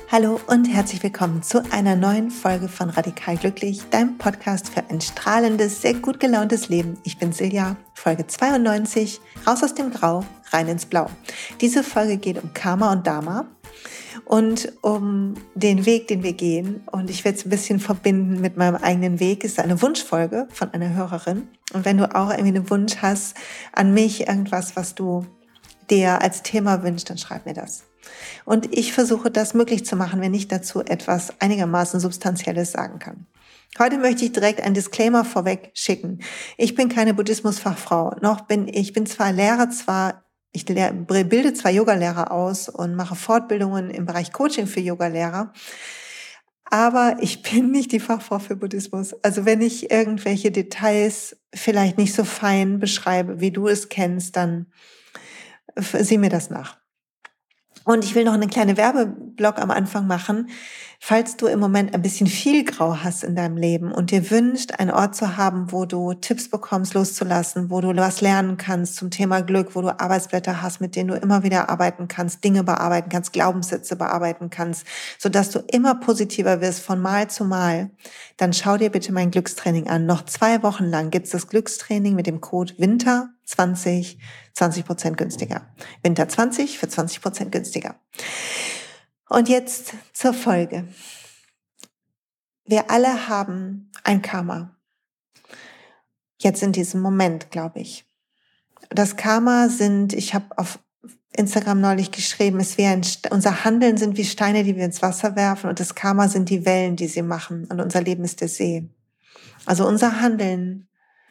Hallo und herzlich willkommen zu einer neuen Folge von Radikal Glücklich, deinem Podcast für ein strahlendes, sehr gut gelauntes Leben. Ich bin Silja, Folge 92, raus aus dem Grau, rein ins Blau. Diese Folge geht um Karma und Dharma und um den Weg, den wir gehen. Und ich werde es ein bisschen verbinden mit meinem eigenen Weg. Es ist eine Wunschfolge von einer Hörerin. Und wenn du auch irgendwie einen Wunsch hast an mich, irgendwas, was du dir als Thema wünschst, dann schreib mir das. Und ich versuche das möglich zu machen, wenn ich dazu etwas einigermaßen Substanzielles sagen kann. Heute möchte ich direkt einen Disclaimer vorweg schicken. Ich bin keine Buddhismusfachfrau, ich bin zwar Lehrer, ich bilde zwar Yogalehrer aus und mache Fortbildungen im Bereich Coaching für Yogalehrer, aber ich bin nicht die Fachfrau für Buddhismus. Also wenn ich irgendwelche Details vielleicht nicht so fein beschreibe, wie du es kennst, dann sieh mir das nach. Und ich will noch eine kleine Werbeblock am Anfang machen. Falls du im Moment ein bisschen viel Grau hast in deinem Leben und dir wünscht, einen Ort zu haben, wo du Tipps bekommst, loszulassen, wo du was lernen kannst zum Thema Glück, wo du Arbeitsblätter hast, mit denen du immer wieder arbeiten kannst, Dinge bearbeiten kannst, Glaubenssätze bearbeiten kannst, sodass du immer positiver wirst von Mal zu Mal, dann schau dir bitte mein Glückstraining an. Noch 2 Wochen lang gibt's das Glückstraining mit dem Code WINTER20, 20% günstiger. Winter 20 für 20% günstiger. Und jetzt zur Folge. Wir alle haben ein Karma. Jetzt in diesem Moment, glaube ich. Das Karma ich habe auf Instagram neulich geschrieben, unser Handeln sind wie Steine, die wir ins Wasser werfen, und das Karma sind die Wellen, die sie machen, und unser Leben ist der See. Also unser Handeln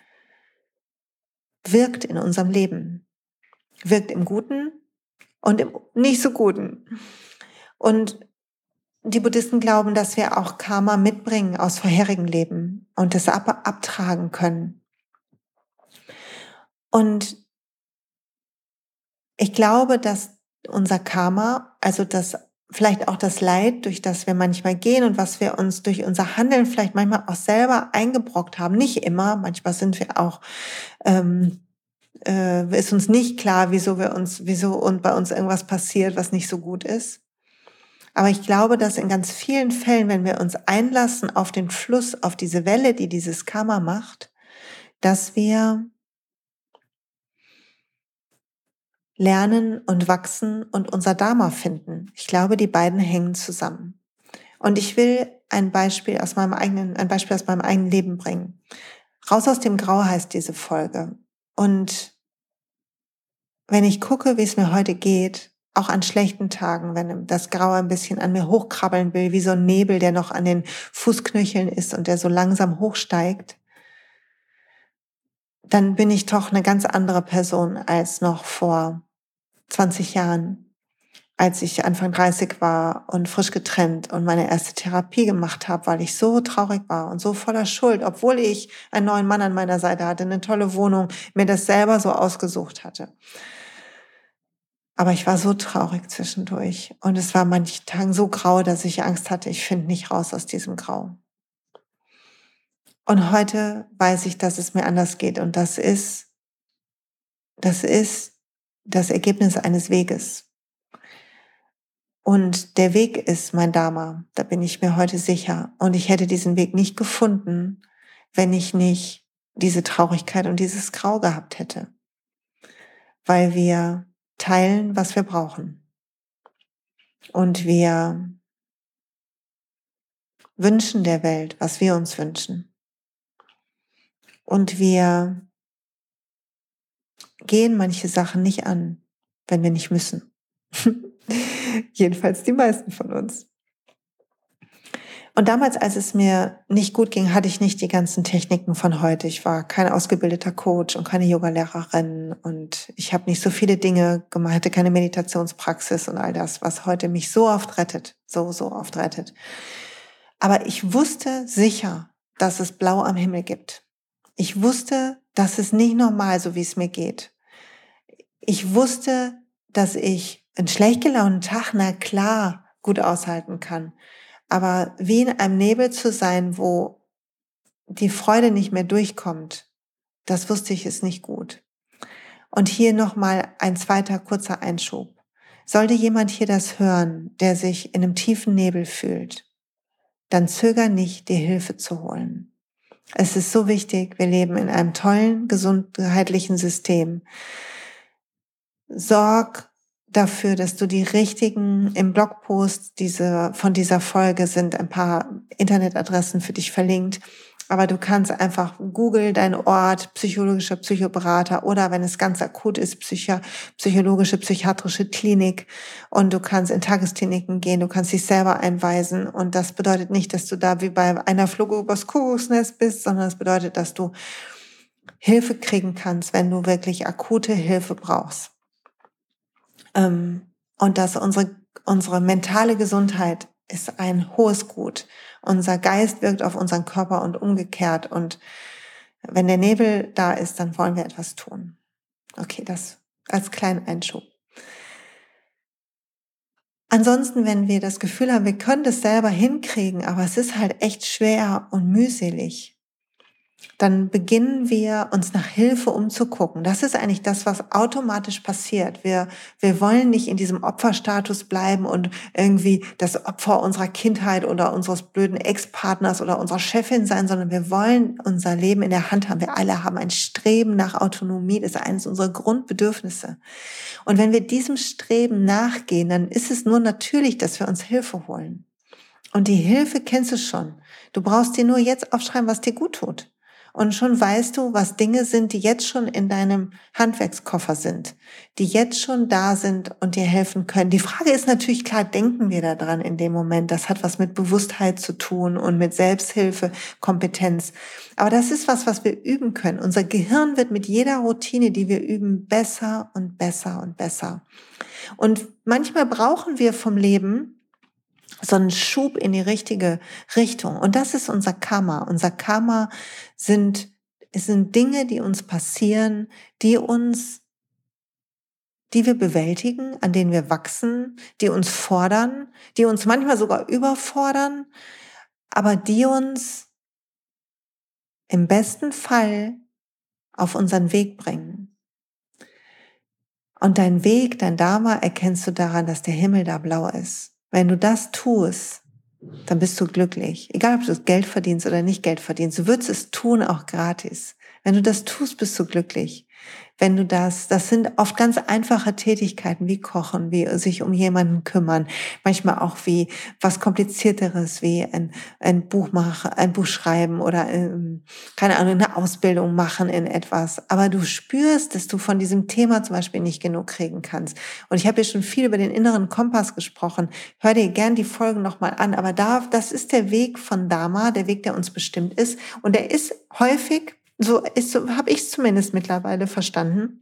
wirkt in unserem Leben. Wirkt im Guten und im nicht so Guten. Und die Buddhisten glauben, dass wir auch Karma mitbringen aus vorherigen Leben und das abtragen können. Und ich glaube, dass unser Karma, also vielleicht auch das Leid, durch das wir manchmal gehen und was wir uns durch unser Handeln vielleicht manchmal auch selber eingebrockt haben, nicht immer, manchmal sind wir auch, ist uns nicht klar, wieso und bei uns irgendwas passiert, was nicht so gut ist. Aber ich glaube, dass in ganz vielen Fällen, wenn wir uns einlassen auf den Fluss, auf diese Welle, die dieses Karma macht, dass wir lernen und wachsen und unser Dharma finden. Ich glaube, die beiden hängen zusammen. Und ich will ein Beispiel aus meinem eigenen Leben bringen. Raus aus dem Grau heißt diese Folge. Und wenn ich gucke, wie es mir heute geht, auch an schlechten Tagen, wenn das Grau ein bisschen an mir hochkrabbeln will, wie so ein Nebel, der noch an den Fußknöcheln ist und der so langsam hochsteigt, dann bin ich doch eine ganz andere Person als noch vor 20 Jahren, als ich Anfang 30 war und frisch getrennt und meine erste Therapie gemacht habe, weil ich so traurig war und so voller Schuld, obwohl ich einen neuen Mann an meiner Seite hatte, eine tolle Wohnung, mir das selber so ausgesucht hatte. Aber ich war so traurig zwischendurch und es war manchen Tagen so grau, dass ich Angst hatte, ich finde nicht raus aus diesem Grau. Und heute weiß ich, dass es mir anders geht, und das ist das Ergebnis eines Weges. Und der Weg ist mein Dharma, da bin ich mir heute sicher. Und ich hätte diesen Weg nicht gefunden, wenn ich nicht diese Traurigkeit und dieses Grau gehabt hätte. Weil wir teilen, was wir brauchen. Und wir wünschen der Welt, was wir uns wünschen. Und wir gehen manche Sachen nicht an, wenn wir nicht müssen. Jedenfalls die meisten von uns. Und damals, als es mir nicht gut ging, hatte ich nicht die ganzen Techniken von heute. Ich war kein ausgebildeter Coach und keine Yogalehrerin und ich habe nicht so viele Dinge gemacht, hatte keine Meditationspraxis und all das, was heute mich so oft rettet, so oft rettet. Aber ich wusste sicher, dass es blau am Himmel gibt. Ich wusste, das ist nicht normal, so wie es mir geht. Ich wusste, dass ich einen schlecht gelaunten Tag, na klar, gut aushalten kann. Aber wie in einem Nebel zu sein, wo die Freude nicht mehr durchkommt, das wusste ich, ist nicht gut. Und hier nochmal ein zweiter kurzer Einschub. Sollte jemand hier das hören, der sich in einem tiefen Nebel fühlt, dann zöger nicht, dir Hilfe zu holen. Es ist so wichtig, wir leben in einem tollen, gesundheitlichen System. Sorg dafür, dass du die richtigen, im Blogpost von dieser Folge sind ein paar Internetadressen für dich verlinkt. Aber du kannst einfach Google deinen Ort, psychologischer Psychoberater oder wenn es ganz akut ist, psychologische, psychiatrische Klinik. Und du kannst in Tageskliniken gehen, du kannst dich selber einweisen. Und das bedeutet nicht, dass du da wie bei einer Flug übers Kuckucksnest bist, sondern es bedeutet, dass du Hilfe kriegen kannst, wenn du wirklich akute Hilfe brauchst. Und dass unsere mentale Gesundheit ist ein hohes Gut. Unser Geist wirkt auf unseren Körper und umgekehrt. Und wenn der Nebel da ist, dann wollen wir etwas tun. Okay, das als kleinen Einschub. Ansonsten, wenn wir das Gefühl haben, wir können das selber hinkriegen, aber es ist halt echt schwer und mühselig, dann beginnen wir, uns nach Hilfe umzugucken. Das ist eigentlich das, was automatisch passiert. Wir wollen nicht in diesem Opferstatus bleiben und irgendwie das Opfer unserer Kindheit oder unseres blöden Ex-Partners oder unserer Chefin sein, sondern wir wollen unser Leben in der Hand haben. Wir alle haben ein Streben nach Autonomie. Das ist eines unserer Grundbedürfnisse. Und wenn wir diesem Streben nachgehen, dann ist es nur natürlich, dass wir uns Hilfe holen. Und die Hilfe kennst du schon. Du brauchst dir nur jetzt aufschreiben, was dir gut tut. Und schon weißt du, was Dinge sind, die jetzt schon in deinem Handwerkskoffer sind, die jetzt schon da sind und dir helfen können. Die Frage ist natürlich, klar, denken wir daran in dem Moment. Das hat was mit Bewusstheit zu tun und mit Selbsthilfe, Kompetenz. Aber das ist was wir üben können. Unser Gehirn wird mit jeder Routine, die wir üben, besser und besser und besser. Und manchmal brauchen wir vom Leben so einen Schub in die richtige Richtung. Und das ist unser Karma. Unser Karma sind Dinge, die uns passieren, die wir bewältigen, an denen wir wachsen, die uns fordern, die uns manchmal sogar überfordern, aber die uns im besten Fall auf unseren Weg bringen. Und dein Weg, dein Dharma erkennst du daran, dass der Himmel da blau ist. Wenn du das tust, dann bist du glücklich. Egal, ob du Geld verdienst oder nicht Geld verdienst. Du würdest es tun, auch gratis. Wenn du das tust, bist du glücklich. Wenn du das sind oft ganz einfache Tätigkeiten wie Kochen, wie sich um jemanden kümmern. Manchmal auch wie was Komplizierteres, wie ein Buch machen, ein Buch schreiben oder, keine Ahnung, eine Ausbildung machen in etwas. Aber du spürst, dass du von diesem Thema zum Beispiel nicht genug kriegen kannst. Und ich habe hier schon viel über den inneren Kompass gesprochen. Hör dir gern die Folgen nochmal an. Aber das ist der Weg von Dharma, der Weg, der uns bestimmt ist. Und der ist häufig, so habe ich es zumindest mittlerweile verstanden,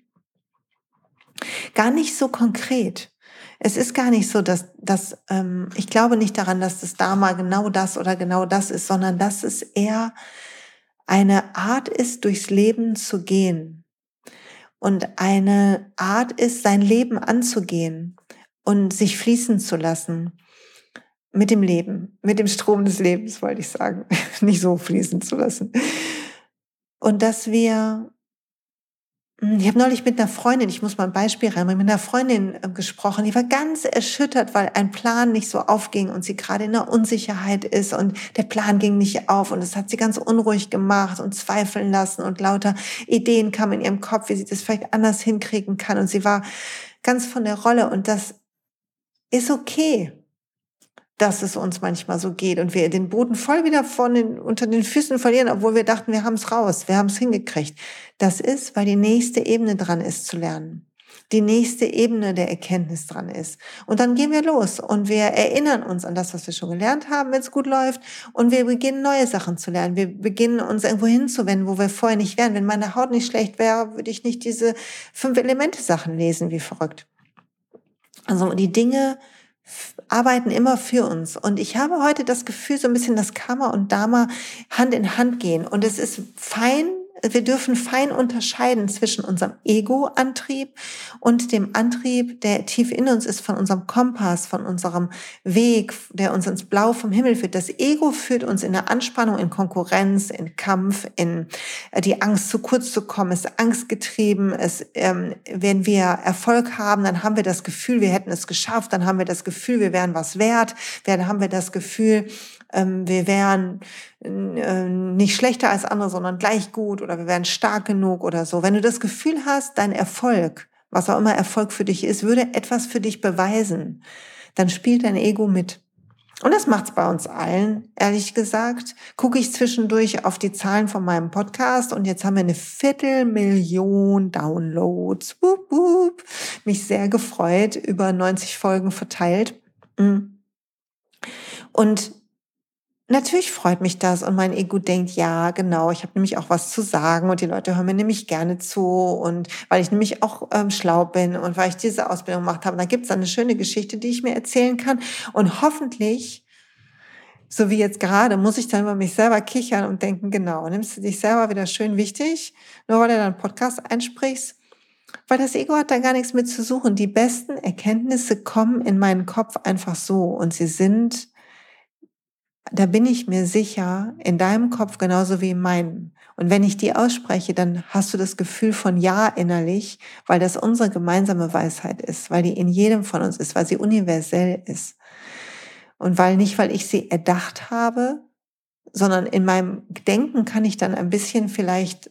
gar nicht so konkret. Es ist gar nicht so, dass ich glaube nicht daran, dass das Dharma genau das oder genau das ist, sondern dass es eher eine Art ist, durchs Leben zu gehen und eine Art ist, sein Leben anzugehen und sich fließen zu lassen mit dem Leben, mit dem Strom des Lebens, wollte ich sagen, nicht so fließen zu lassen. Und dass ich habe neulich mit einer Freundin, ich muss mal ein Beispiel reinbringen, mit einer Freundin gesprochen, die war ganz erschüttert, weil ein Plan nicht so aufging und sie gerade in der Unsicherheit ist und der Plan ging nicht auf und es hat sie ganz unruhig gemacht und zweifeln lassen und lauter Ideen kamen in ihrem Kopf, wie sie das vielleicht anders hinkriegen kann und sie war ganz von der Rolle und das ist okay, dass es uns manchmal so geht und wir den Boden voll wieder unter den Füßen verlieren, obwohl wir dachten, wir haben es raus, wir haben es hingekriegt. Das ist, weil die nächste Ebene dran ist zu lernen. Die nächste Ebene der Erkenntnis dran ist. Und dann gehen wir los und wir erinnern uns an das, was wir schon gelernt haben, wenn es gut läuft. Und wir beginnen neue Sachen zu lernen. Wir beginnen uns irgendwo hinzuwenden, wo wir vorher nicht wären. Wenn meine Haut nicht schlecht wäre, würde ich nicht diese 5-Elemente-Sachen lesen, wie verrückt. Also die Dinge arbeiten immer für uns. Und ich habe heute das Gefühl, so ein bisschen, dass Karma und Dharma Hand in Hand gehen. Und es ist fein wir dürfen fein unterscheiden zwischen unserem Ego-Antrieb und dem Antrieb, der tief in uns ist, von unserem Kompass, von unserem Weg, der uns ins Blau vom Himmel führt. Das Ego führt uns in der Anspannung, in Konkurrenz, in Kampf, in die Angst, zu kurz zu kommen, ist angstgetrieben. Wenn wir Erfolg haben, dann haben wir das Gefühl, wir hätten es geschafft, dann haben wir das Gefühl, wir wären was wert, dann haben wir das Gefühl, wir wären nicht schlechter als andere, sondern gleich gut oder wir wären stark genug oder so. Wenn du das Gefühl hast, dein Erfolg, was auch immer Erfolg für dich ist, würde etwas für dich beweisen, dann spielt dein Ego mit. Und das macht's bei uns allen, ehrlich gesagt. Gucke ich zwischendurch auf die Zahlen von meinem Podcast und jetzt haben wir eine 250.000 Downloads. Wup, wup. Mich sehr gefreut, über 90 Folgen verteilt. Und natürlich freut mich das und mein Ego denkt, ja, genau, ich habe nämlich auch was zu sagen und die Leute hören mir nämlich gerne zu und weil ich nämlich auch schlau bin und weil ich diese Ausbildung gemacht habe. Da gibt es eine schöne Geschichte, die ich mir erzählen kann und hoffentlich, so wie jetzt gerade, muss ich dann über mich selber kichern und denken, genau, nimmst du dich selber wieder schön wichtig, nur weil du dann einen Podcast einsprichst, weil das Ego hat da gar nichts mit zu suchen. Die besten Erkenntnisse kommen in meinen Kopf einfach so und sie sind, da bin ich mir sicher, in deinem Kopf genauso wie in meinem. Und wenn ich die ausspreche, dann hast du das Gefühl von Ja innerlich, weil das unsere gemeinsame Weisheit ist, weil die in jedem von uns ist, weil sie universell ist. Und weil ich sie erdacht habe, sondern in meinem Denken kann ich dann ein bisschen vielleicht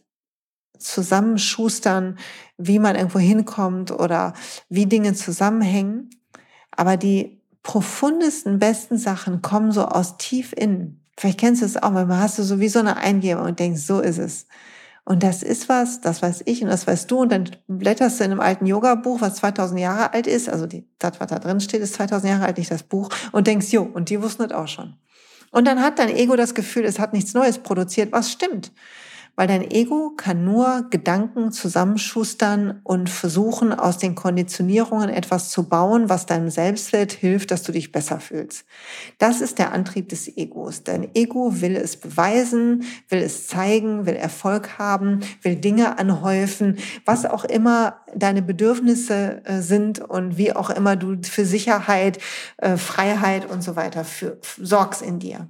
zusammenschustern, wie man irgendwo hinkommt oder wie Dinge zusammenhängen. Aber die profundesten, besten Sachen kommen so aus tief innen. Vielleicht kennst du es auch, manchmal hast du so wie so eine Eingebung und denkst, so ist es. Und das ist was, das weiß ich und das weißt du und dann blätterst du in einem alten Yoga-Buch, was 2000 Jahre alt ist, also das, was da drin steht, ist 2000 Jahre alt, nicht das Buch, und denkst, jo, und die wussten das auch schon. Und dann hat dein Ego das Gefühl, es hat nichts Neues produziert, was stimmt. Weil dein Ego kann nur Gedanken zusammenschustern und versuchen, aus den Konditionierungen etwas zu bauen, was deinem Selbstwert hilft, dass du dich besser fühlst. Das ist der Antrieb des Egos. Dein Ego will es beweisen, will es zeigen, will Erfolg haben, will Dinge anhäufen, was auch immer deine Bedürfnisse sind und wie auch immer du für Sicherheit, Freiheit und so weiter sorgst in dir.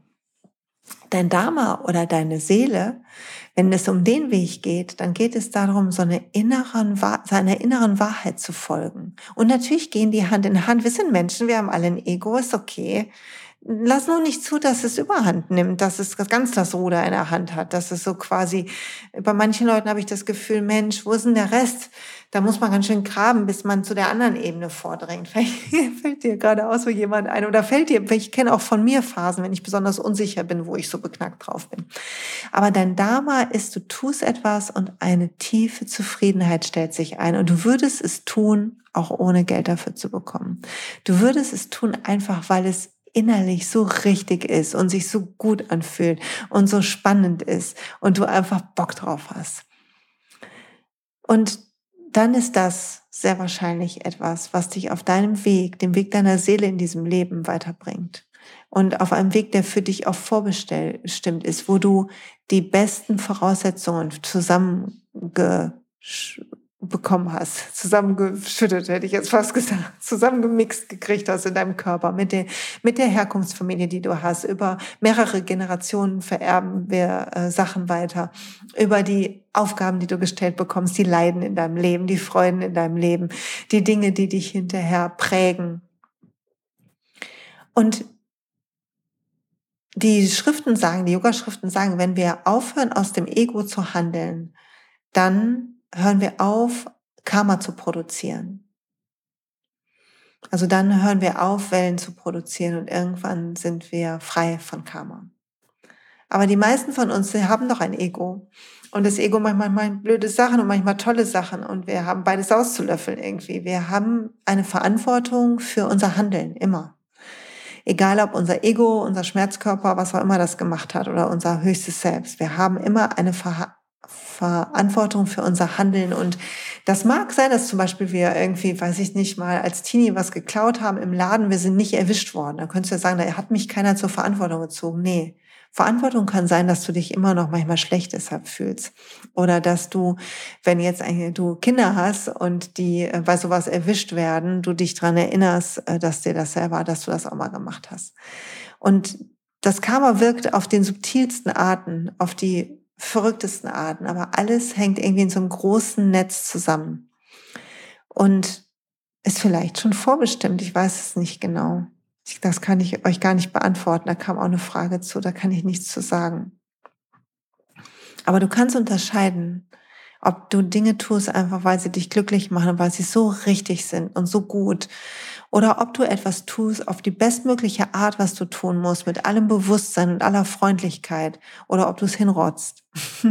Dein Dharma oder deine Seele, wenn es um den Weg geht, dann geht es darum, seiner inneren Wahrheit zu folgen. Und natürlich gehen die Hand in Hand. Wir sind Menschen, wir haben alle ein Ego, ist okay. Lass nur nicht zu, dass es Überhand nimmt, dass es ganz das Ruder in der Hand hat, dass es so quasi, bei manchen Leuten habe ich das Gefühl, Mensch, wo ist denn der Rest? Da muss man ganz schön graben, bis man zu der anderen Ebene vordringt. Vielleicht fällt dir gerade aus, wo jemand ein, oder ich kenne auch von mir Phasen, wenn ich besonders unsicher bin, wo ich so beknackt drauf bin. Aber dein Dharma ist, du tust etwas und eine tiefe Zufriedenheit stellt sich ein und du würdest es tun, auch ohne Geld dafür zu bekommen. Du würdest es tun, einfach weil es innerlich so richtig ist und sich so gut anfühlt und so spannend ist und du einfach Bock drauf hast. Und dann ist das sehr wahrscheinlich etwas, was dich auf deinem Weg, dem Weg deiner Seele in diesem Leben weiterbringt. Und auf einem Weg, der für dich auch vorbestimmt ist, wo du die besten Voraussetzungen bekommen hast, zusammengeschüttet, hätte ich jetzt fast gesagt, zusammengemixt gekriegt hast in deinem Körper mit der Herkunftsfamilie, die du hast. Über mehrere Generationen vererben wir Sachen weiter. Über die Aufgaben, die du gestellt bekommst, die Leiden in deinem Leben, die Freuden in deinem Leben, die Dinge, die dich hinterher prägen. Und die Yoga-Schriften sagen, wenn wir aufhören, aus dem Ego zu handeln, dann hören wir auf, Karma zu produzieren. Also dann hören wir auf, Wellen zu produzieren und irgendwann sind wir frei von Karma. Aber die meisten von uns haben doch ein Ego. Und das Ego macht manchmal blöde Sachen und manchmal tolle Sachen. Und wir haben beides auszulöffeln irgendwie. Wir haben eine Verantwortung für unser Handeln, immer. Egal ob unser Ego, unser Schmerzkörper, was auch immer das gemacht hat oder unser höchstes Selbst. Wir haben immer eine Verantwortung für unser Handeln. Und das mag sein, dass zum Beispiel wir irgendwie, weiß ich nicht, mal als Teenie was geklaut haben im Laden, wir sind nicht erwischt worden. Dann könntest du ja sagen, da hat mich keiner zur Verantwortung gezogen. Nee, Verantwortung kann sein, dass du dich immer noch manchmal schlecht deshalb fühlst. Oder dass du, wenn jetzt du Kinder hast und die bei sowas erwischt werden, du dich dran erinnerst, dass dir das selber, dass du das auch mal gemacht hast. Und das Karma wirkt auf den subtilsten Arten, auf die verrücktesten Arten, aber alles hängt irgendwie in so einem großen Netz zusammen. Und ist vielleicht schon vorbestimmt, ich weiß es nicht genau. Das kann ich euch gar nicht beantworten. Da kam auch eine Frage zu, da kann ich nichts zu sagen. Aber du kannst unterscheiden, ob du Dinge tust, einfach weil sie dich glücklich machen, weil sie so richtig sind und so gut. Oder ob du etwas tust auf die bestmögliche Art, was du tun musst, mit allem Bewusstsein und aller Freundlichkeit. Oder ob du es hinrotzt.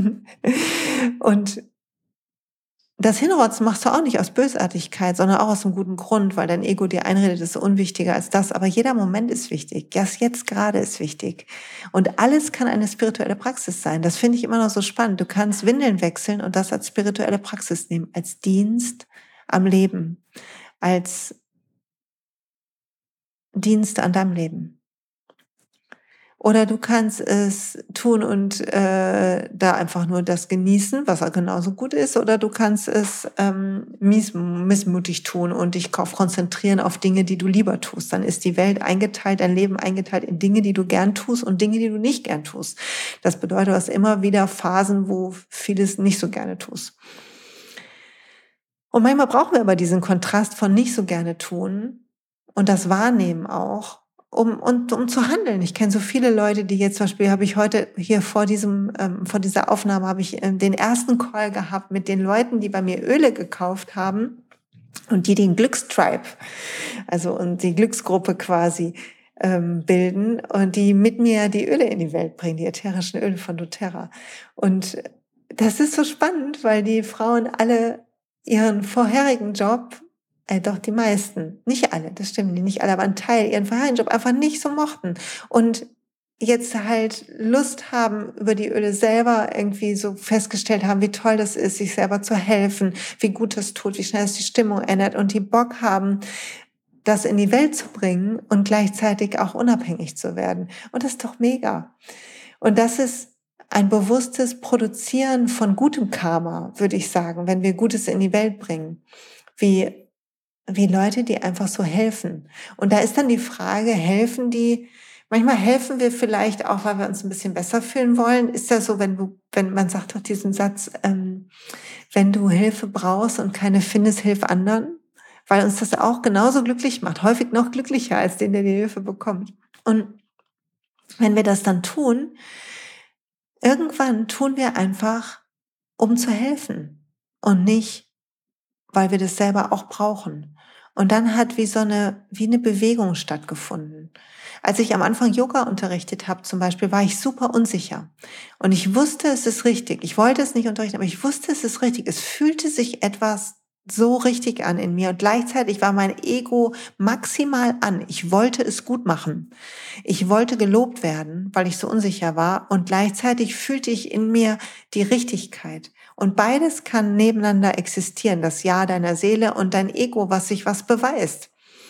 Und das Hinrotzen machst du auch nicht aus Bösartigkeit, sondern auch aus einem guten Grund, weil dein Ego dir einredet, das ist unwichtiger als das. Aber jeder Moment ist wichtig. Das jetzt gerade ist wichtig. Und alles kann eine spirituelle Praxis sein. Das finde ich immer noch so spannend. Du kannst Windeln wechseln und das als spirituelle Praxis nehmen, als Dienst am Leben, als Dienst an deinem Leben. Oder du kannst es tun und da einfach nur das genießen, was auch genauso gut ist. Oder du kannst es missmutig tun und dich konzentrieren auf Dinge, die du lieber tust. Dann ist die Welt eingeteilt, dein Leben eingeteilt in Dinge, die du gern tust und Dinge, die du nicht gern tust. Das bedeutet, du hast immer wieder Phasen, wo vieles nicht so gerne tust. Und manchmal brauchen wir aber diesen Kontrast von nicht so gerne tun und das Wahrnehmen auch, um zu handeln. Ich kenne so viele Leute, die jetzt zum Beispiel, habe ich heute hier vor dieser Aufnahme habe ich den ersten Call gehabt mit den Leuten, die bei mir Öle gekauft haben und die den Glückstribe, also und die Glücksgruppe quasi bilden und die mit mir die Öle in die Welt bringen, die ätherischen Öle von doTERRA. Und das ist so spannend, weil die Frauen alle ihren vorherigen Job, doch die meisten, nicht alle, das stimmt nicht alle, aber ein Teil ihren vorherigen Job einfach nicht so mochten und jetzt halt Lust haben, über die Öle selber irgendwie so festgestellt haben, wie toll das ist, sich selber zu helfen, wie gut das tut, wie schnell es die Stimmung ändert und die Bock haben, das in die Welt zu bringen und gleichzeitig auch unabhängig zu werden. Und das ist doch mega. Und das ist ein bewusstes Produzieren von gutem Karma, würde ich sagen, wenn wir Gutes in die Welt bringen. Wie Leute, die einfach so helfen. Und da ist dann die Frage, manchmal helfen wir vielleicht auch, weil wir uns ein bisschen besser fühlen wollen. Ist das so, wenn man sagt doch diesen Satz, wenn du Hilfe brauchst und keine findest, hilf anderen? Weil uns das auch genauso glücklich macht, häufig noch glücklicher als den, der die Hilfe bekommt. Und wenn wir das dann tun, irgendwann tun wir einfach, um zu helfen und nicht, weil wir das selber auch brauchen. Und dann hat wie eine Bewegung stattgefunden. Als ich am Anfang Yoga unterrichtet habe, zum Beispiel, war ich super unsicher. Und ich wusste, es ist richtig. Ich wollte es nicht unterrichten, aber ich wusste, es ist richtig. Es fühlte sich etwas so richtig an in mir. Und gleichzeitig war mein Ego maximal an. Ich wollte es gut machen. Ich wollte gelobt werden, weil ich so unsicher war. Und gleichzeitig fühlte ich in mir die Richtigkeit. Und beides kann nebeneinander existieren, das Ja deiner Seele und dein Ego, was sich was beweist.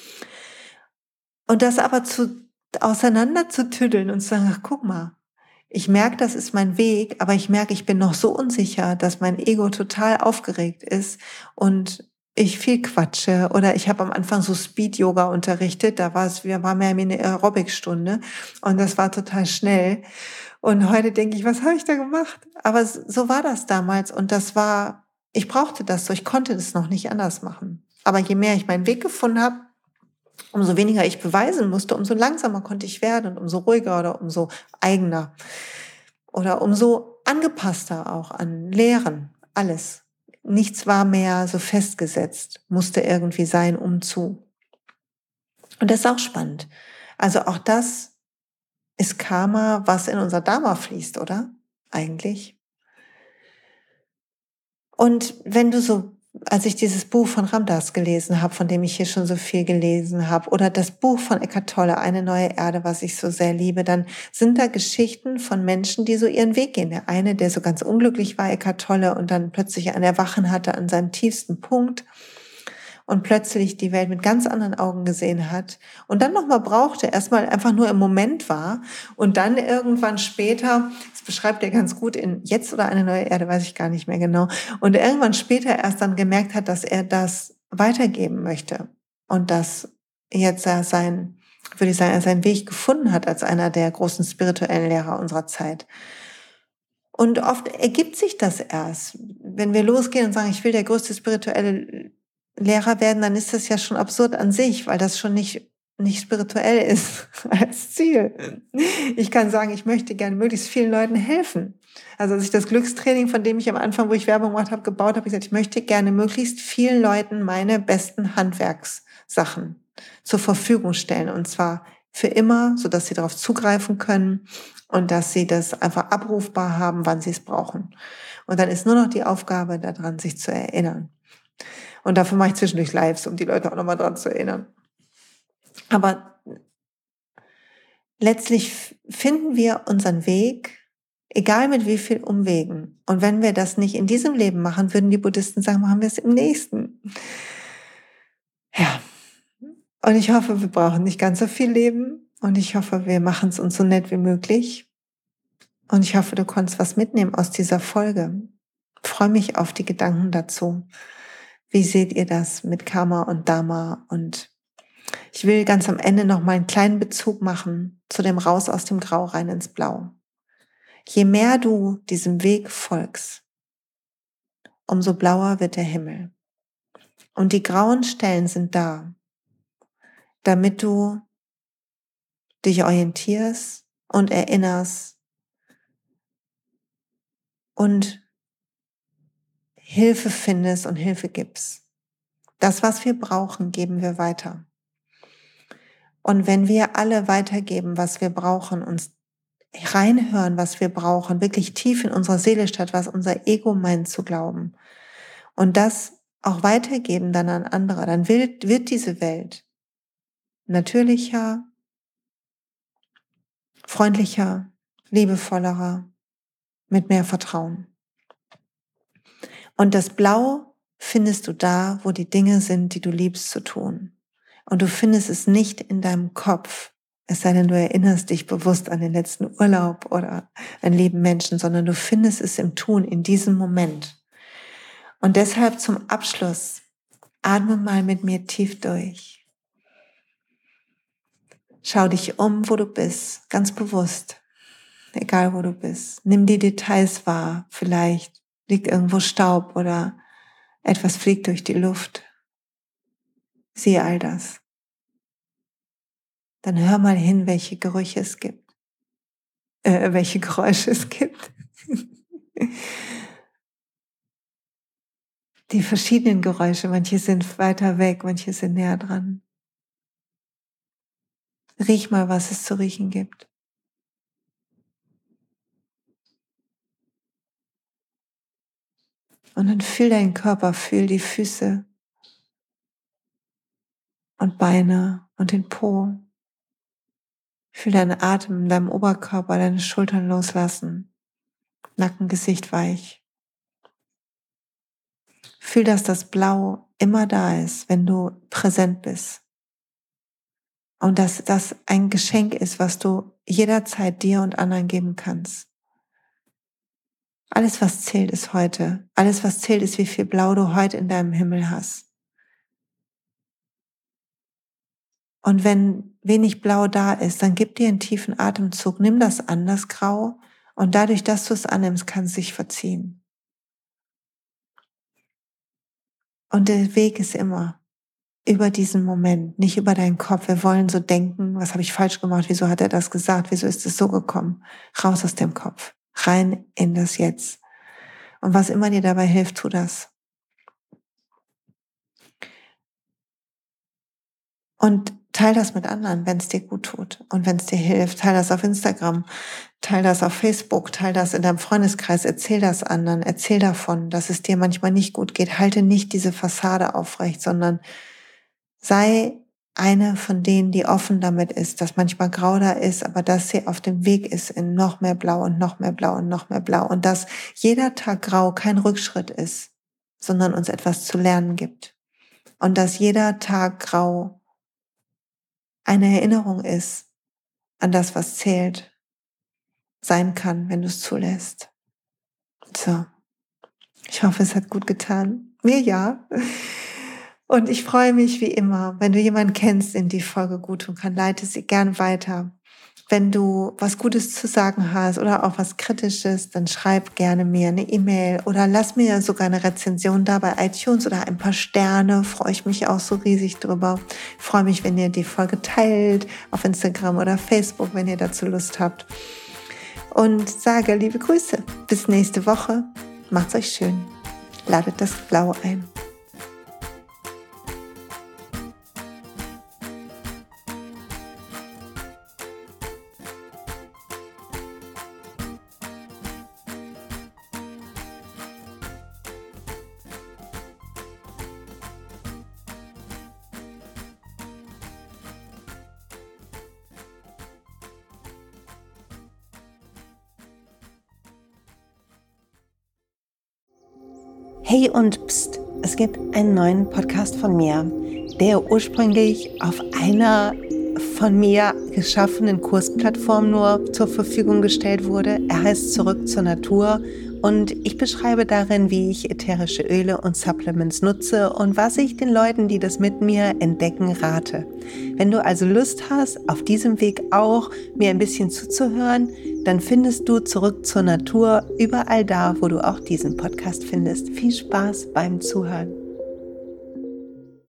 Und das aber auseinander zu tüddeln und zu sagen, ach, guck mal, ich merke, das ist mein Weg, aber ich merke, ich bin noch so unsicher, dass mein Ego total aufgeregt ist und ich viel quatsche. Oder ich habe am Anfang so Speed-Yoga unterrichtet, wir waren mehr wie eine Aerobic-Stunde und das war total schnell. Und heute denke ich, was habe ich da gemacht? Aber so war das damals und ich brauchte das so, ich konnte das noch nicht anders machen. Aber je mehr ich meinen Weg gefunden habe, umso weniger ich beweisen musste, umso langsamer konnte ich werden und umso ruhiger oder umso eigener oder umso angepasster auch an Lehren, alles. Nichts war mehr so festgesetzt, musste irgendwie sein, umzu. Und das ist auch spannend. Also auch das ist Karma, was in unser Dharma fließt, oder? Eigentlich. Und als ich dieses Buch von Ram Dass gelesen habe, von dem ich hier schon so viel gelesen habe, oder das Buch von Eckhart Tolle, Eine neue Erde, was ich so sehr liebe, dann sind da Geschichten von Menschen, die so ihren Weg gehen. Der eine, der so ganz unglücklich war, Eckhart Tolle, und dann plötzlich ein Erwachen hatte an seinem tiefsten Punkt. und plötzlich die Welt mit ganz anderen Augen gesehen hat und dann nochmal brauchte, erstmal einfach nur im Moment war und dann irgendwann später, das beschreibt er ganz gut in Jetzt oder eine neue Erde, weiß ich gar nicht mehr genau, und irgendwann später erst dann gemerkt hat, dass er das weitergeben möchte und dass jetzt er seinen Weg gefunden hat als einer der großen spirituellen Lehrer unserer Zeit. Und oft ergibt sich das erst. Wenn wir losgehen und sagen, ich will der größte spirituelle Lehrer werden, dann ist das ja schon absurd an sich, weil das schon nicht spirituell ist als Ziel. Ich kann sagen, ich möchte gerne möglichst vielen Leuten helfen. Also als ich das Glückstraining, von dem ich am Anfang, wo ich Werbung gemacht habe, gebaut habe, ich gesagt, ich möchte gerne möglichst vielen Leuten meine besten Handwerkssachen zur Verfügung stellen. Und zwar für immer, sodass sie darauf zugreifen können und dass sie das einfach abrufbar haben, wann sie es brauchen. Und dann ist nur noch die Aufgabe daran, sich zu erinnern. Und dafür mache ich zwischendurch Lives, um die Leute auch nochmal dran zu erinnern. Aber letztlich finden wir unseren Weg, egal mit wie viel Umwegen. Und wenn wir das nicht in diesem Leben machen, würden die Buddhisten sagen, machen wir es im nächsten. Ja. Und ich hoffe, wir brauchen nicht ganz so viel Leben. Und ich hoffe, wir machen es uns so nett wie möglich. Und ich hoffe, du konntest was mitnehmen aus dieser Folge. Ich freue mich auf die Gedanken dazu. Wie seht ihr das mit Karma und Dharma? Und ich will ganz am Ende noch mal einen kleinen Bezug machen zu dem Raus aus dem Grau rein ins Blau. Je mehr du diesem Weg folgst, umso blauer wird der Himmel. Und die grauen Stellen sind da, damit du dich orientierst und erinnerst und Hilfe findest und Hilfe gibst. Das, was wir brauchen, geben wir weiter. Und wenn wir alle weitergeben, was wir brauchen, uns reinhören, was wir brauchen, wirklich tief in unserer Seele statt, was unser Ego meint zu glauben, und das auch weitergeben dann an andere, dann wird diese Welt natürlicher, freundlicher, liebevollerer, mit mehr Vertrauen. Und das Blau findest du da, wo die Dinge sind, die du liebst zu tun. Und du findest es nicht in deinem Kopf, es sei denn, du erinnerst dich bewusst an den letzten Urlaub oder an lieben Menschen, sondern du findest es im Tun, in diesem Moment. Und deshalb zum Abschluss, atme mal mit mir tief durch. Schau dich um, wo du bist, ganz bewusst, egal wo du bist. Nimm die Details wahr, vielleicht liegt irgendwo Staub oder etwas fliegt durch die Luft. Sieh all das. Dann hör mal hin, welche Gerüche es gibt. Welche Geräusche es gibt. Die verschiedenen Geräusche, manche sind weiter weg, manche sind näher dran. Riech mal, was es zu riechen gibt. Und dann fühl deinen Körper, fühl die Füße und Beine und den Po. Fühl deinen Atem in deinem Oberkörper, deine Schultern loslassen. Nacken, Gesicht weich. Fühl, dass das Blau immer da ist, wenn du präsent bist. Und dass das ein Geschenk ist, was du jederzeit dir und anderen geben kannst. Alles, was zählt, ist heute. Alles, was zählt, ist, wie viel Blau du heute in deinem Himmel hast. Und wenn wenig Blau da ist, dann gib dir einen tiefen Atemzug, nimm das an, das Grau, und dadurch, dass du es annimmst, kann es sich verziehen. Und der Weg ist immer über diesen Moment, nicht über deinen Kopf. Wir wollen so denken, was habe ich falsch gemacht, wieso hat er das gesagt, wieso ist es so gekommen? Raus aus dem Kopf, rein in das Jetzt. Und was immer dir dabei hilft, tu das. Und teil das mit anderen, wenn es dir gut tut und wenn es dir hilft. Teil das auf Instagram, teil das auf Facebook, teil das in deinem Freundeskreis, erzähl das anderen, erzähl davon, dass es dir manchmal nicht gut geht. Halte nicht diese Fassade aufrecht, sondern sei eine von denen, die offen damit ist, dass manchmal grau da ist, aber dass sie auf dem Weg ist in noch mehr Blau und noch mehr Blau und noch mehr Blau und dass jeder Tag grau kein Rückschritt ist, sondern uns etwas zu lernen gibt. und dass jeder Tag grau eine Erinnerung ist an das, was zählt, sein kann, wenn du es zulässt. So, ich hoffe, es hat gut getan. Mir ja. Und ich freue mich wie immer, wenn du jemanden kennst, dem die Folge gut tun kann, leite sie gern weiter. Wenn du was Gutes zu sagen hast oder auch was Kritisches, dann schreib gerne mir eine E-Mail oder lass mir sogar eine Rezension da bei iTunes oder ein paar Sterne. Freue ich mich auch so riesig drüber. Ich freue mich, wenn ihr die Folge teilt auf Instagram oder Facebook, wenn ihr dazu Lust habt. Und sage liebe Grüße. Bis nächste Woche. Macht's euch schön. Ladet das Blau ein. Hey und pst, es gibt einen neuen Podcast von mir, der ursprünglich auf einer von mir geschaffenen Kursplattform nur zur Verfügung gestellt wurde. Er heißt Zurück zur Natur und ich beschreibe darin, wie ich ätherische Öle und Supplements nutze und was ich den Leuten, die das mit mir entdecken, rate. Wenn du also Lust hast, auf diesem Weg auch mir ein bisschen zuzuhören, dann findest du Zurück zur Natur überall da, wo du auch diesen Podcast findest. Viel Spaß beim Zuhören.